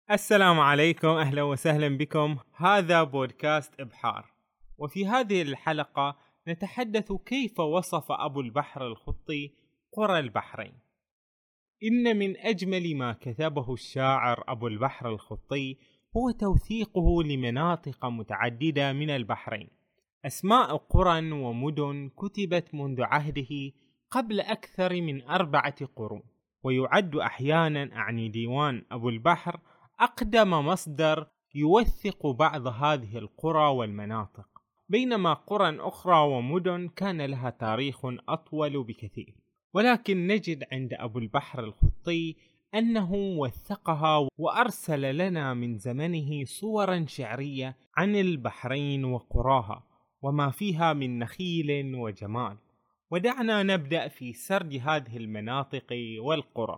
السلام عليكم، أهلا وسهلا بكم. هذا بودكاست إبحار، وفي هذه الحلقة نتحدث كيف وصف أبو البحر الخطي قرى البحرين. إن من أجمل ما كتبه الشاعر أبو البحر الخطي هو توثيقه لمناطق متعددة من البحرين. أسماء قرى ومدن كتبت منذ عهده قبل أكثر من 4 قرون، ويعد أحيانا ديوان أبو البحر أقدم مصدر يوثق بعض هذه القرى والمناطق، بينما قرى أخرى ومدن كان لها تاريخ أطول بكثير. ولكن نجد عند أبو البحر الخطي أنه وثقها وأرسل لنا من زمنه صورا شعرية عن البحرين وقراها وما فيها من نخيل وجمال. ودعنا نبدأ في سرد هذه المناطق والقرى.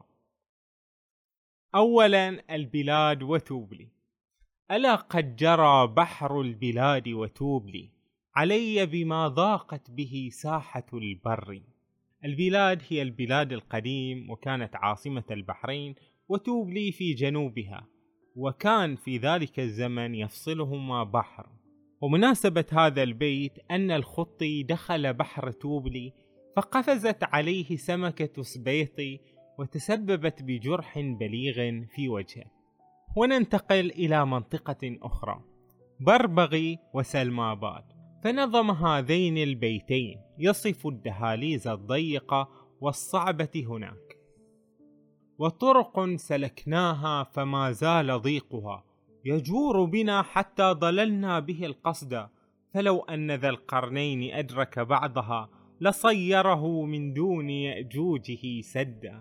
أولا، البلاد وتوبلي. ألا قد جرى بحر البلاد وتوبلي، علي بما ضاقت به ساحة البر. البلاد هي البلاد القديم، وكانت عاصمة البحرين، وتوبلي في جنوبها، وكان في ذلك الزمن يفصلهما بحر. ومناسبة هذا البيت أن الخطي دخل بحر توبلي فقفزت عليه سمكة سبيطي وتسببت بجرح بليغ في وجهه. وننتقل إلى منطقة أخرى، بربغي وسلماباد، فنظم هذين البيتين يصف الدهاليز الضيقة والصعبة هناك. وطرق سلكناها فما زال ضيقها، يجور بنا حتى ضللنا به القصد، فلو أن ذا القرنين أدرك بعضها لصيره من دون يأجوجه سدا.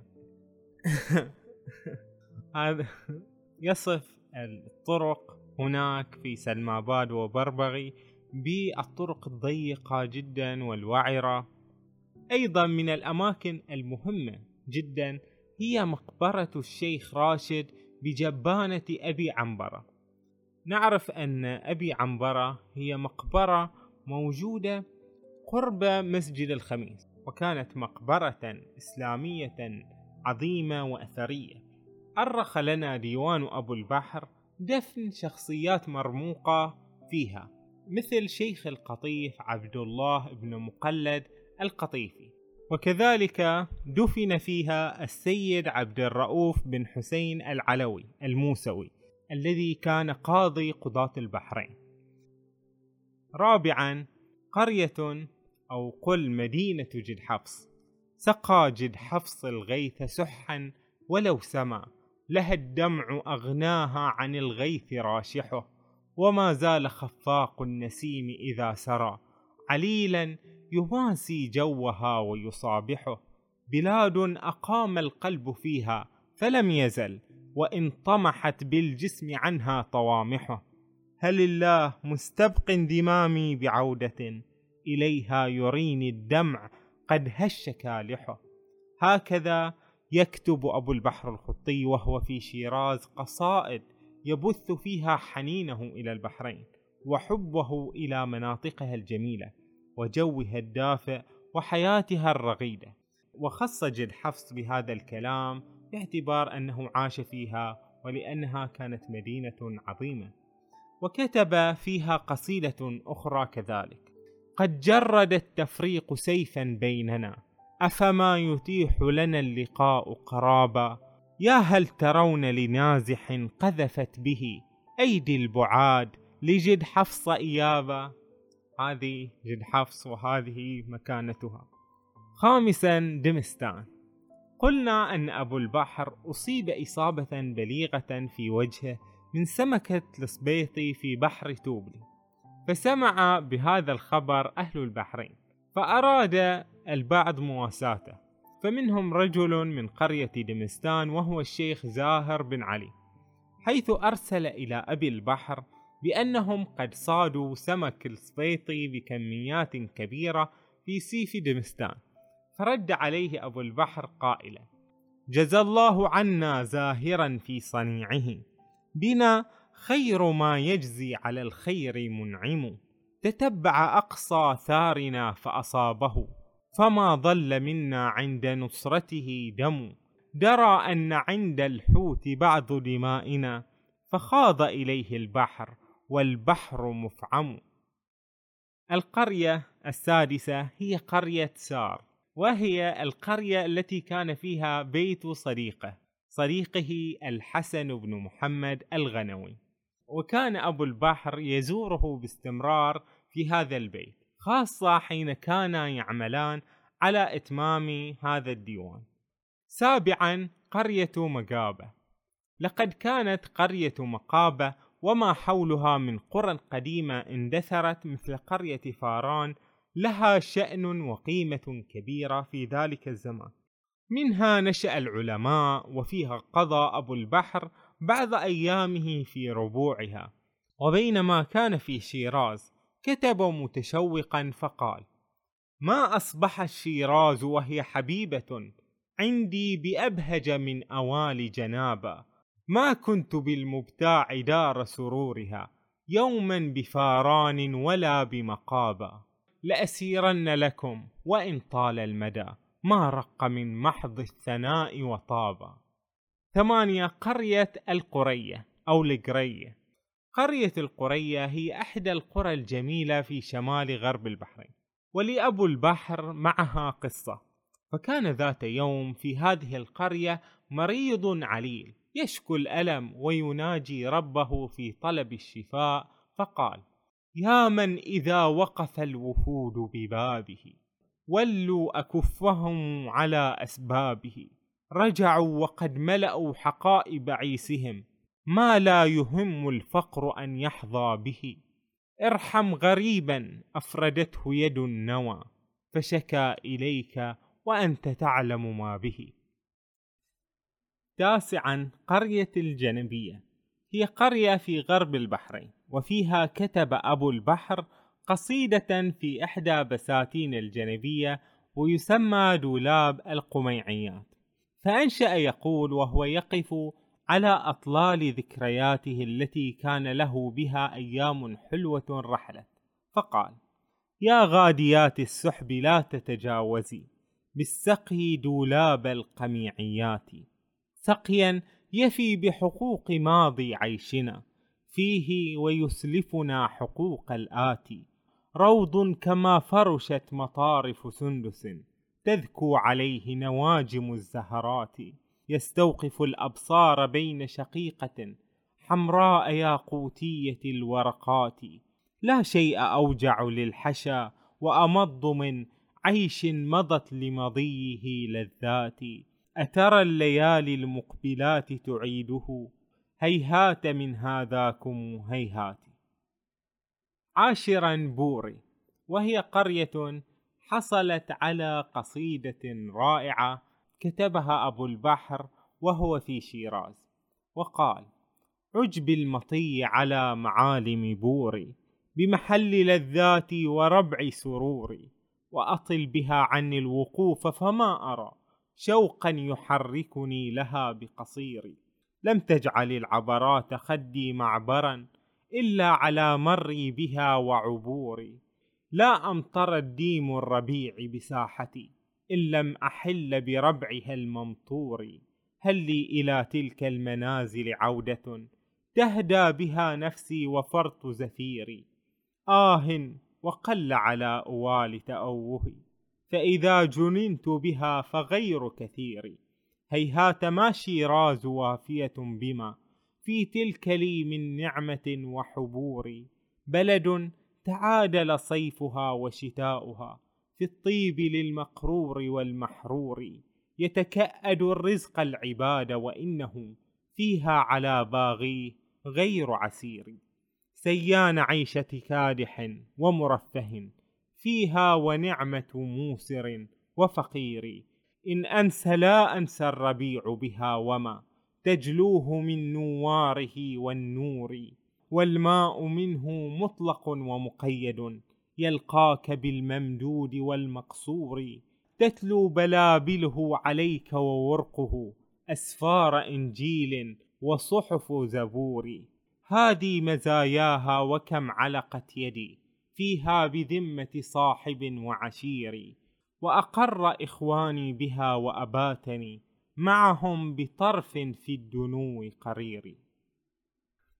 هذا يصف الطرق هناك في سلماباد وبربغي بالطرق الضيقة جدا والوعرة. أيضا من الأماكن المهمة جدا هي مقبرة الشيخ راشد بجبانة أبي عنبرة. نعرف أن أبي عنبرة هي مقبرة موجودة قرب مسجد الخميس، وكانت مقبرة إسلامية عظيمة وأثرية. أرخ لنا ديوان أبو البحر دفن شخصيات مرموقة فيها، مثل شيخ القطيف عبد الله بن مقلد القطيفي، وكذلك دفن فيها السيد عبد الرؤوف بن حسين العلوي الموسوي الذي كان قاضي قضاة البحرين. رابعا، قرية أو قل مدينة جد حفص. سقى جد حفص الغيث سحا ولو سما، لها الدمع أغناها عن الغيث راشحه، وما زال خفاق النسيم إذا سرى عليلا يواسي جوها ويصابحه. بلاد أقام القلب فيها فلم يزل، وإن طمحت بالجسم عنها طوامحه. هل الله مستبق دمامي بعودة، إليها يريني الدمع قد هش كالحه. هكذا يكتب أبو البحر الخطي وهو في شيراز قصائد يبث فيها حنينه إلى البحرين وحبه إلى مناطقها الجميلة وجوها الدافئ وحياتها الرغيدة. وخص جد حفص بهذا الكلام باعتبار أنه عاش فيها ولأنها كانت مدينة عظيمة. وكتب فيها قصيدة أخرى كذلك: قد جرد التفريق سيفا بيننا، أفما يتيح لنا اللقاء قرابا. يا هل ترون لنازح قذفت به أيدي البعاد لجد حفص إيابا. هذه جد حفص وهذه مكانتها. خامسا، دمستان. قلنا أن أبو البحر أصيب إصابة بليغة في وجهه من سمكة السبيطي في بحر توبلي، فسمع بهذا الخبر أهل البحرين، فأراد البعض مواساته، فمنهم رجل من قرية دمستان وهو الشيخ زاهر بن علي، حيث أرسل إلى أبي البحر بأنهم قد صادوا سمك السبيطي بكميات كبيرة في سيف دمستان. فرد عليه أبو البحر قائلا: جزى الله عنا زاهرا في صنيعه، بنا خير ما يجزي على الخير منعم. تتبع أقصى ثارنا فأصابه، فما ضل منا عند نصرته دم. درى أن عند الحوت بعض دمائنا، فخاض إليه البحر والبحر مفعم. القرية السادسة هي قرية سار، وهي القرية التي كان فيها بيت صديقه الحسن بن محمد الغنوي، وكان أبو البحر يزوره باستمرار في هذا البيت، خاصة حين كانا يعملان على إتمام هذا الديوان. سابعا قرية مقابة. لقد كانت قرية مقابة وما حولها من قرى قديمة اندثرت مثل قرية فاران لها شأن وقيمة كبيرة في ذلك الزمان. منها نشأ العلماء، وفيها قضى أبو البحر بعض أيامه في ربوعها. وبينما كان في شيراز كتب متشوقا فقال: ما أصبح الشيراز وهي حبيبة عندي بأبهج من أوالي جنابا، ما كنت بالمبتاع دار سرورها يوما بفاران ولا بمقابا، لأسيرن لكم وإن طال المدى ما رق من محض الثناء وطابا. 8 قرية القرية أو القرية. قرية القرية هي إحدى القرى الجميلة في شمال غرب البحرين، ولأبو البحر معها قصة. فكان ذات يوم في هذه القرية مريض عليل يشكو الألم ويناجي ربه في طلب الشفاء، فقال: يا من إذا وقف الوفود ببابه ولوا أكفهم على أسبابه، رجعوا وقد ملأوا حقائب عيسهم، ما لا يهم الفقر أن يحظى به، ارحم غريبا أفردته يد النوى، فشكى إليك وأنت تعلم ما به. 9 قرية الجنبية. هي قرية في غرب البحرين، وفيها كتب أبو البحر قصيدة في إحدى بساتين الجنبية، ويسمى دولاب القميعيات. فأنشأ يقول وهو يقف على أطلال ذكرياته التي كان له بها أيام حلوة رحلت، فقال: يا غاديات السحب لا تتجاوزي بالسقي دولاب القميعيات، سقيا يفي بحقوق ماضي عيشنا فيه ويسلفنا حقوق الآتي، روض كما فرشت مطارف سندس تذكو عليه نواجم الزهرات، يستوقف الأبصار بين شقيقة حمراء ياقوتية الورقات، لا شيء أوجع للحشا وأمض من عيش مضت لمضيه لذات، أترى الليالي المقبلات تعيده، هيهات من هذاكم هيهات. 10 بوري. وهي قرية حصلت على قصيدة رائعة كتبها أبو البحر وهو في شيراز، وقال: عجب المطي على معالم بوري، بمحل لذاتي وربع سروري، وأطل بها عني الوقوف فما أرى شوقا يحركني لها بقصيري، لم تجعل العبرات خدي معبرا إلا على مري بها وعبوري، لا أمطر الديم الربيع بساحتي إن لم أحل بربعها الممطور، هل لي إلى تلك المنازل عودة تهدى بها نفسي وفرط زفيري، وقل على أوال تأوهي، فإذا جننت بها فغير كثير، هيهات ما شيراز وافية بما في تلك لي من نعمة وحبور، بلد تعادل صيفها وشتاؤها في الطيب للمقرور والمحرور، يتكأد الرزق العباد وإنه فيها على باغيه غير عسير، سيان عيشة كادح ومرفه فيها ونعمة موسر وفقير، إن أنسى لا أنسى الربيع بها وما تجلوه من نواره والنور، والماء منه مطلق ومقيد يلقاك بالممدود والمقصور، تتلو بلابله عليك وورقه أسفار إنجيل وصحف زبور، هذه مزاياها وكم علقت يدي فيها بذمة صاحب وعشير، وأقر إخواني بها وأباتني معهم بطرف في الدنو قرير.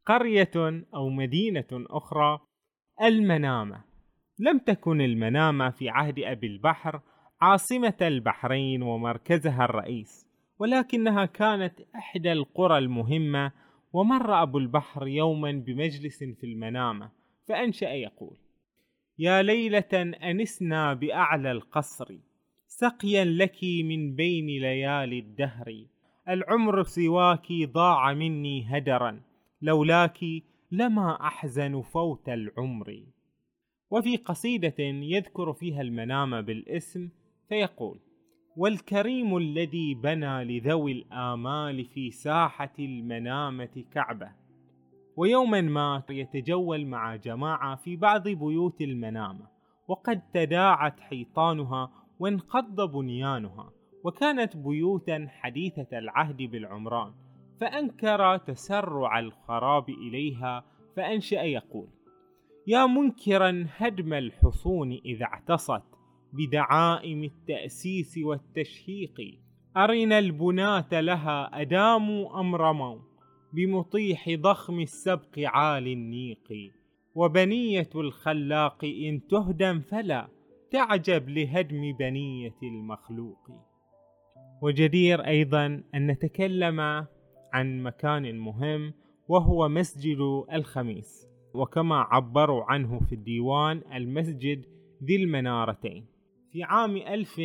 قرية أو مدينة أخرى المنامة. لم تكن المنامة في عهد أبي البحر عاصمة البحرين ومركزها الرئيس، ولكنها كانت إحدى القرى المهمة. ومر أبو البحر يوما بمجلس في المنامة فأنشأ يقول: يا ليلة أنسنا بأعلى القصر، سقيا لك من بين ليالي الدهر، العمر سواك ضاع مني هدرا، لولاك لما أحزن فوت العمر. وفي قصيدة يذكر فيها المنامة بالاسم فيقول: والكريم الذي بنى لذوي الآمال في ساحة المنامة كعبة. ويوما ما يتجول مع جماعة في بعض بيوت المنامة، وقد تداعت حيطانها وانقض بنيانها، وكانت بيوتا حديثة العهد بالعمران، فأنكر تسرع الخراب إليها فأنشأ يقول: يا منكرا هدم الحصون إذا اعتصت بدعائم التأسيس والتشهيق، أرنا البناة لها أداموا أم رموا بمطيح ضخم السبق عالي النيق، وبنية الخلاق إن تهدم فلا تعجب لهدم بنية المخلوق. وجدير أيضا أن نتكلم عن مكان مهم وهو مسجد الخميس، وكما عبروا عنه في الديوان المسجد ذي المنارتين. في عام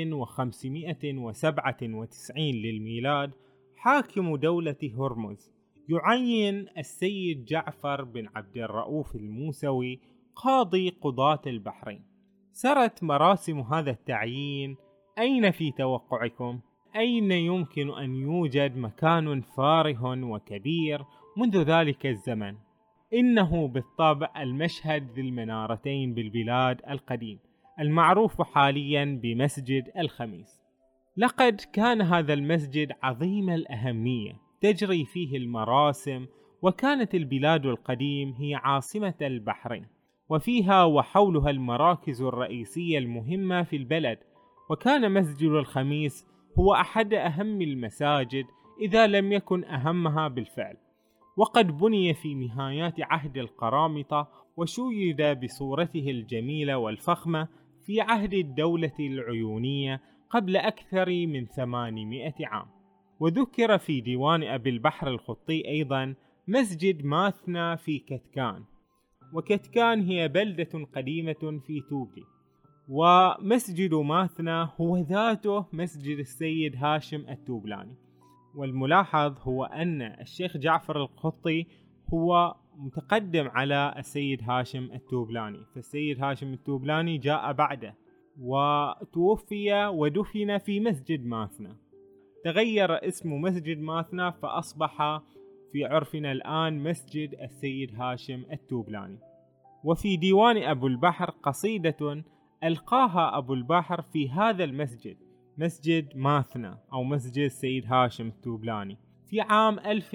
1597 للميلاد حاكم دولة هرمز يعين السيد جعفر بن عبد الرؤوف الموسوي قاضي قضاة البحرين. سرت مراسم هذا التعيين. أين في توقعكم؟ أين يمكن أن يوجد مكان فارغ وكبير منذ ذلك الزمن؟ إنه بالطبع المشهد ذي المنارتين بالبلاد القديم، المعروف حاليا بمسجد الخميس. لقد كان هذا المسجد عظيم الأهمية، تجري فيه المراسم، وكانت البلاد القديم هي عاصمة البحرين، وفيها وحولها المراكز الرئيسية المهمة في البلد. وكان مسجد الخميس هو أحد أهم المساجد إذا لم يكن أهمها بالفعل، وقد بني في نهايات عهد القرامطة، وشيد بصورته الجميلة والفخمة في عهد الدولة العيونية قبل أكثر من 800 عام. وذكر في ديوان أبي البحر الخطي أيضا مسجد ماثنا في كتكان، وكتكان هي بلدة قديمة في توبلي. ومسجد ماثنا هو ذاته مسجد السيد هاشم التوبلاني. والملاحظ هو أن الشيخ جعفر الخطي هو متقدم على السيد هاشم التوبلاني، فالسيد هاشم التوبلاني جاء بعده وتوفي ودفن في مسجد ماثنا. تغير اسم مسجد ماثنا فأصبح في عرفنا الآن مسجد السيد هاشم التوبلاني. وفي ديوان أبو البحر قصيدة ألقاها أبو البحر في هذا المسجد، مسجد ماثنا أو مسجد السيد هاشم التوبلاني، في عام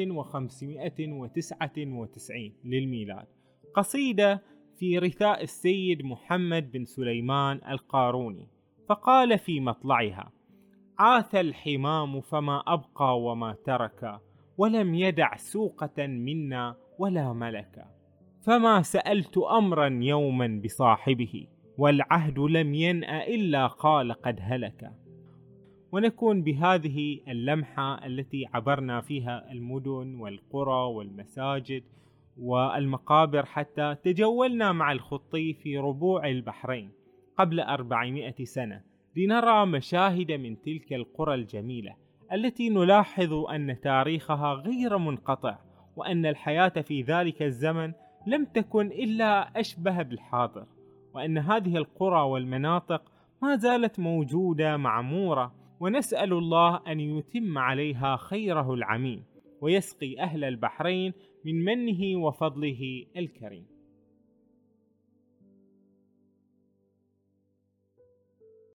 1599 للميلاد، قصيدة في رثاء السيد محمد بن سليمان القاروني. فقال في مطلعها: عاث الحمام فما أبقى وما ترك، ولم يدع سوقة منا ولا ملكا، فما سألت أمرا يوما بصاحبه، والعهد لم ينأ إلا قال قد هلك. ونكون بهذه اللمحة التي عبرنا فيها المدن والقرى والمساجد والمقابر، حتى تجولنا مع الخطي في ربوع البحرين قبل 400 سنة لنرى مشاهد من تلك القرى الجميلة التي نلاحظ أن تاريخها غير منقطع، وأن الحياة في ذلك الزمن لم تكن إلا أشبه بالحاضر، وأن هذه القرى والمناطق ما زالت موجودة معمورة، ونسأل الله أن يتم عليها خيره العميم، ويسقي أهل البحرين من منه وفضله الكريم.